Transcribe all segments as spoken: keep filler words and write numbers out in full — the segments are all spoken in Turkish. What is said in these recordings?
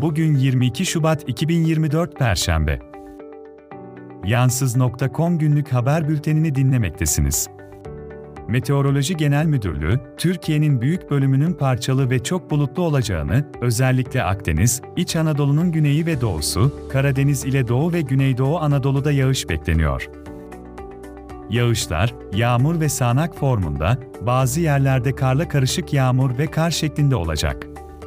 Bugün yirmi iki Şubat iki bin yirmi dört Perşembe. Yansız nokta com günlük haber bültenini dinlemektesiniz. Meteoroloji Genel Müdürlüğü, Türkiye'nin büyük bölümünün parçalı ve çok bulutlu olacağını, özellikle Akdeniz, İç Anadolu'nun güneyi ve doğusu, Karadeniz ile Doğu ve Güneydoğu Anadolu'da yağış bekleniyor. Yağışlar, yağmur ve sağanak formunda, bazı yerlerde karla karışık yağmur ve kar şeklinde olacak.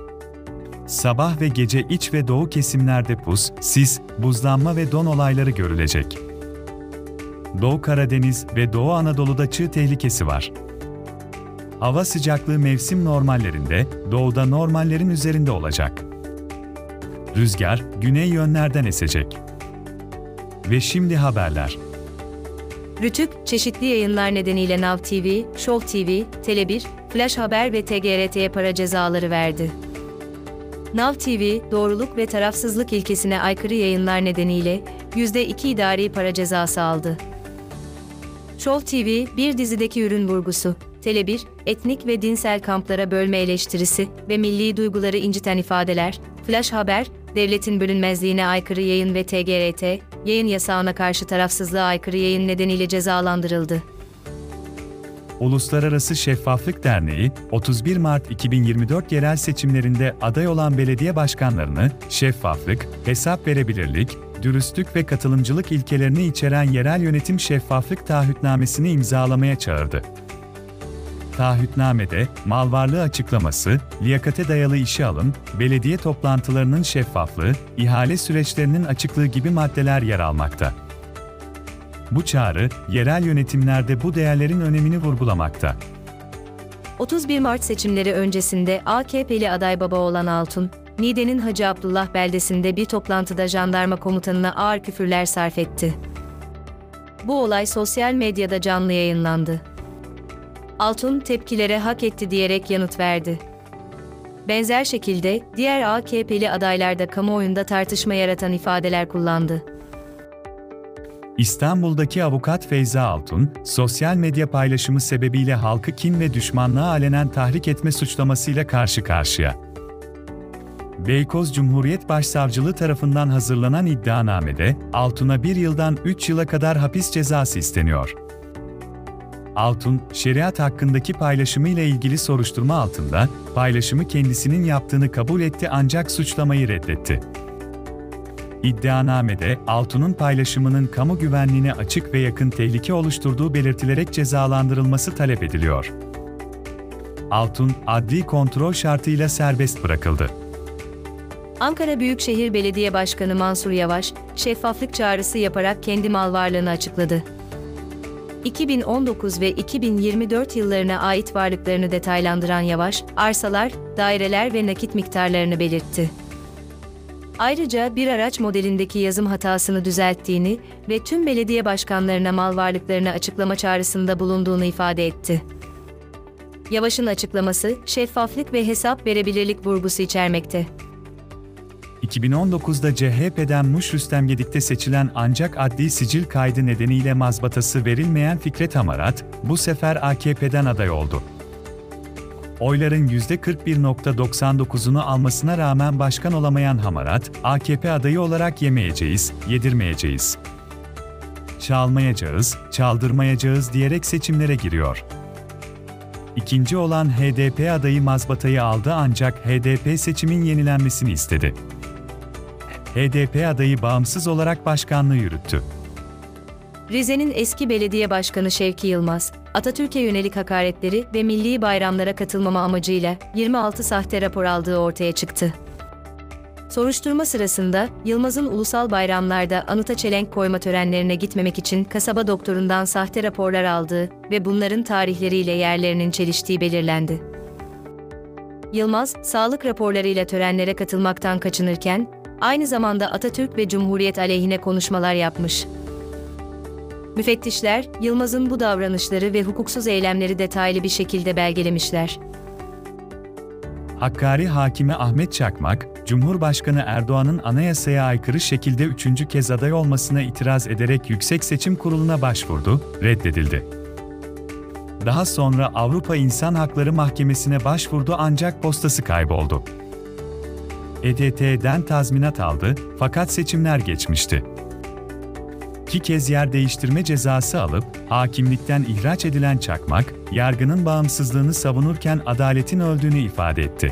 Sabah ve gece iç ve doğu kesimlerde pus, sis, buzlanma ve don olayları görülecek. Doğu Karadeniz ve Doğu Anadolu'da çığ tehlikesi var. Hava sıcaklığı mevsim normallerinde, doğuda normallerin üzerinde olacak. Rüzgar, güney yönlerden esecek. Ve şimdi haberler. Rütük, çeşitli yayınlar nedeniyle Now T V, Show T V, Tele bir, Flash Haber ve T G R T'ye para cezaları verdi. Now T V, doğruluk ve tarafsızlık ilkesine aykırı yayınlar nedeniyle yüzde iki idari para cezası aldı. Show T V, bir dizideki ürün vurgusu, Tele bir, etnik ve dinsel kamplara bölme eleştirisi ve milli duyguları inciten ifadeler, Flash Haber, devletin bölünmezliğine aykırı yayın ve T G R T, yayın yasağına karşı tarafsızlığa aykırı yayın nedeniyle cezalandırıldı. Uluslararası Şeffaflık Derneği, otuz bir Mart iki bin yirmi dört yerel seçimlerinde aday olan belediye başkanlarını, şeffaflık, hesap verebilirlik, dürüstlük ve katılımcılık ilkelerini içeren yerel yönetim şeffaflık taahhütnamesini imzalamaya çağırdı. Taahhütnamede, mal varlığı açıklaması, liyakate dayalı işe alım, belediye toplantılarının şeffaflığı, ihale süreçlerinin açıklığı gibi maddeler yer almakta. Bu çağrı, yerel yönetimlerde bu değerlerin önemini vurgulamakta. otuz bir Mart seçimleri öncesinde A K P'li aday baba olan Altun, Niğde'nin Hacı Abdullah beldesinde bir toplantıda jandarma komutanına ağır küfürler sarf etti. Bu olay sosyal medyada canlı yayınlandı. Altun, tepkilere hak etti diyerek yanıt verdi. Benzer şekilde, diğer A K P'li adaylar da kamuoyunda tartışma yaratan ifadeler kullandı. İstanbul'daki avukat Feyza Altun, sosyal medya paylaşımı sebebiyle halkı kin ve düşmanlığa alenen tahrik etme suçlamasıyla karşı karşıya. Beykoz Cumhuriyet Başsavcılığı tarafından hazırlanan iddianamede, Altun'a bir yıldan üç yıla kadar hapis cezası isteniyor. Altun, şeriat hakkındaki paylaşımıyla ilgili soruşturma altında, paylaşımı kendisinin yaptığını kabul etti ancak suçlamayı reddetti. İddianamede, Altun'un paylaşımının kamu güvenliğine açık ve yakın tehlike oluşturduğu belirtilerek cezalandırılması talep ediliyor. Altun, adli kontrol şartıyla serbest bırakıldı. Ankara Büyükşehir Belediye Başkanı Mansur Yavaş, şeffaflık çağrısı yaparak kendi mal varlığını açıkladı. iki bin on dokuz ve iki bin yirmi dört yıllarına ait varlıklarını detaylandıran Yavaş, arsalar, daireler ve nakit miktarlarını belirtti. Ayrıca bir araç modelindeki yazım hatasını düzelttiğini ve tüm belediye başkanlarına mal varlıklarını açıklama çağrısında bulunduğunu ifade etti. Yavaş'ın açıklaması, şeffaflık ve hesap verebilirlik vurgusu içermekte. iki bin on dokuzda C H P'den Muş Rüstemgedik'te seçilen ancak adli sicil kaydı nedeniyle mazbatası verilmeyen Fikret Hamarat, bu sefer A K P'den aday oldu. Oyların yüzde kırk bir virgül doksan dokuzunu almasına rağmen başkan olamayan Hamarat, A K P adayı olarak yemeyeceğiz, yedirmeyeceğiz, çalmayacağız, çaldırmayacağız diyerek seçimlere giriyor. İkinci olan H D P adayı mazbatayı aldı ancak H D P seçimin yenilenmesini istedi. H D P adayı bağımsız olarak başkanlığı yürüttü. Rize'nin eski belediye başkanı Şevki Yılmaz, Atatürk'e yönelik hakaretleri ve milli bayramlara katılmama amacıyla yirmi altı sahte rapor aldığı ortaya çıktı. Soruşturma sırasında, Yılmaz'ın ulusal bayramlarda anıta çelenk koyma törenlerine gitmemek için kasaba doktorundan sahte raporlar aldığı ve bunların tarihleriyle yerlerinin çeliştiği belirlendi. Yılmaz, sağlık raporlarıyla törenlere katılmaktan kaçınırken, aynı zamanda Atatürk ve Cumhuriyet aleyhine konuşmalar yapmış. Müfettişler, Yılmaz'ın bu davranışları ve hukuksuz eylemleri detaylı bir şekilde belgelemişler. Hakkari Hakimi Ahmet Çakmak, Cumhurbaşkanı Erdoğan'ın anayasaya aykırı şekilde üçüncü kez aday olmasına itiraz ederek Yüksek Seçim Kurulu'na başvurdu, reddedildi. Daha sonra Avrupa İnsan Hakları Mahkemesi'ne başvurdu ancak postası kayboldu. E D T'den tazminat aldı fakat seçimler geçmişti. İki kez yer değiştirme cezası alıp hakimlikten ihraç edilen Çakmak, yargının bağımsızlığını savunurken adaletin öldüğünü ifade etti.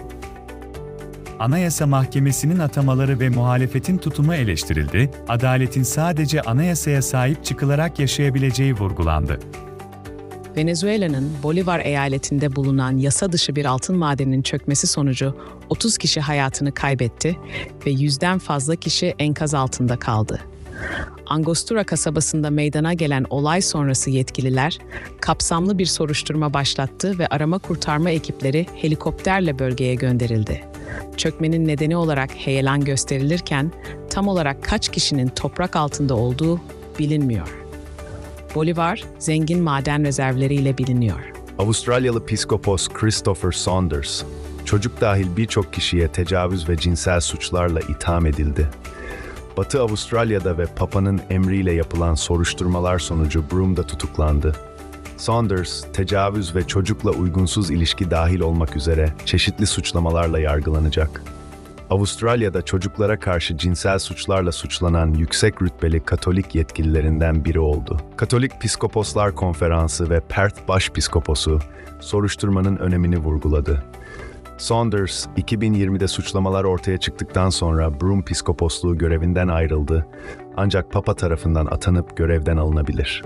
Anayasa Mahkemesi'nin atamaları ve muhalefetin tutumu eleştirildi, adaletin sadece anayasaya sahip çıkılarak yaşayabileceği vurgulandı. Venezuela'nın Bolivar eyaletinde bulunan yasa dışı bir altın madeninin çökmesi sonucu otuz kişi hayatını kaybetti ve yüzden fazla kişi enkaz altında kaldı. Angostura kasabasında meydana gelen olay sonrası yetkililer kapsamlı bir soruşturma başlattı ve arama kurtarma ekipleri helikopterle bölgeye gönderildi. Çökmenin nedeni olarak heyelan gösterilirken tam olarak kaç kişinin toprak altında olduğu bilinmiyor. Bolivar, zengin maden rezervleriyle biliniyor. Avustralyalı Piskopos Christopher Saunders, çocuk dahil birçok kişiye tecavüz ve cinsel suçlarla itham edildi. Batı Avustralya'da ve Papa'nın emriyle yapılan soruşturmalar sonucu Broom'da tutuklandı. Saunders, tecavüz ve çocukla uygunsuz ilişki dahil olmak üzere çeşitli suçlamalarla yargılanacak. Avustralya'da çocuklara karşı cinsel suçlarla suçlanan yüksek rütbeli Katolik yetkililerinden biri oldu. Katolik Piskoposlar Konferansı ve Perth Başpiskoposu soruşturmanın önemini vurguladı. Saunders, iki bin yirmide suçlamalar ortaya çıktıktan sonra Broome Piskoposluğu görevinden ayrıldı, ancak Papa tarafından atanıp görevden alınabilir.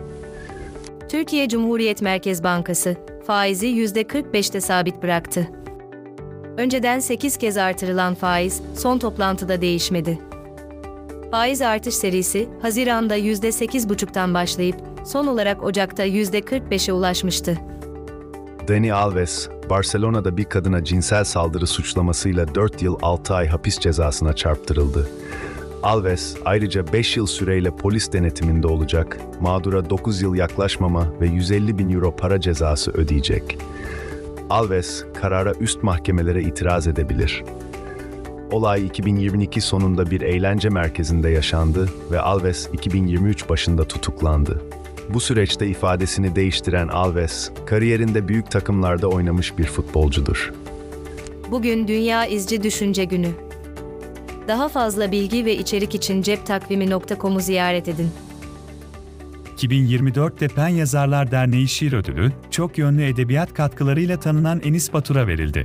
Türkiye Cumhuriyet Merkez Bankası, faizi yüzde kırk beşte sabit bıraktı. Önceden sekiz kez artırılan faiz, son toplantıda değişmedi. Faiz artış serisi, Haziran'da yüzde sekiz buçuktan başlayıp, son olarak Ocak'ta yüzde kırk beşe ulaşmıştı. Dani Alves, Barcelona'da bir kadına cinsel saldırı suçlamasıyla dört yıl altı ay hapis cezasına çarptırıldı. Alves, ayrıca beş yıl süreyle polis denetiminde olacak, mağdura dokuz yıl yaklaşmama ve yüz elli bin euro para cezası ödeyecek. Alves, karara üst mahkemelere itiraz edebilir. Olay iki bin yirmi iki sonunda bir eğlence merkezinde yaşandı ve Alves iki bin yirmi üç başında tutuklandı. Bu süreçte ifadesini değiştiren Alves, kariyerinde büyük takımlarda oynamış bir futbolcudur. Bugün Dünya İzci Düşünce Günü. Daha fazla bilgi ve içerik için ceptakvimi nokta com'u ziyaret edin. iki bin yirmi dörtte Pen Yazarlar Derneği Şiir Ödülü, çok yönlü edebiyat katkılarıyla tanınan Enis Batur'a verildi.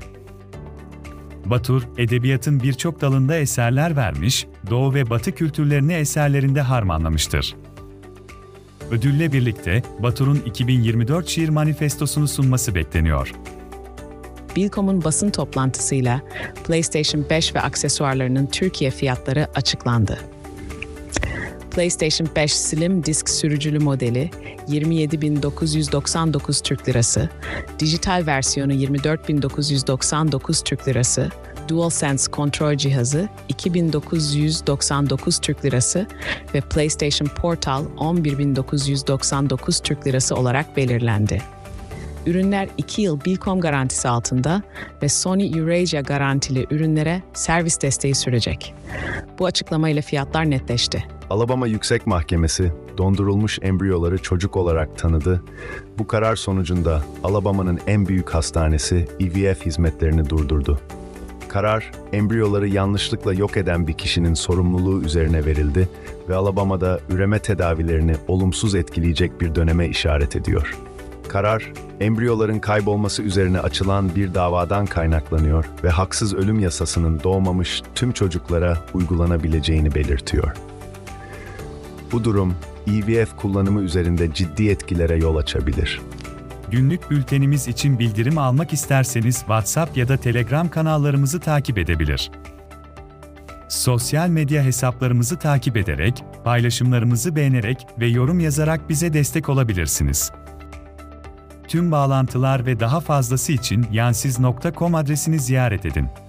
Batur, edebiyatın birçok dalında eserler vermiş, Doğu ve Batı kültürlerini eserlerinde harmanlamıştır. Ödülle birlikte, Batur'un iki bin yirmi dört şiir manifestosunu sunması bekleniyor. Bilkom'un basın toplantısıyla PlayStation beş ve aksesuarlarının Türkiye fiyatları açıklandı. PlayStation beş Slim Disk sürücülü modeli yirmi yedi bin dokuz yüz doksan dokuz Türk Lirası, dijital versiyonu yirmi dört bin dokuz yüz doksan dokuz Türk Lirası, DualSense kontrol cihazı iki bin dokuz yüz doksan dokuz Türk Lirası ve PlayStation Portal on bir bin dokuz yüz doksan dokuz Türk Lirası olarak belirlendi. Ürünler iki yıl Bilkom garantisi altında ve Sony Eurasia garantili ürünlere servis desteği sürecek. Bu açıklamayla fiyatlar netleşti. Alabama Yüksek Mahkemesi, dondurulmuş embriyoları çocuk olarak tanıdı. Bu karar sonucunda Alabama'nın en büyük hastanesi I V F hizmetlerini durdurdu. Karar, embriyoları yanlışlıkla yok eden bir kişinin sorumluluğu üzerine verildi ve Alabama'da üreme tedavilerini olumsuz etkileyecek bir döneme işaret ediyor. Karar, embriyoların kaybolması üzerine açılan bir davadan kaynaklanıyor ve haksız ölüm yasasının doğmamış tüm çocuklara uygulanabileceğini belirtiyor. Bu durum, I V F kullanımı üzerinde ciddi etkilere yol açabilir. Günlük bültenimiz için bildirim almak isterseniz WhatsApp ya da Telegram kanallarımızı takip edebilir. Sosyal medya hesaplarımızı takip ederek, paylaşımlarımızı beğenerek ve yorum yazarak bize destek olabilirsiniz. Tüm bağlantılar ve daha fazlası için yansiz nokta com adresini ziyaret edin.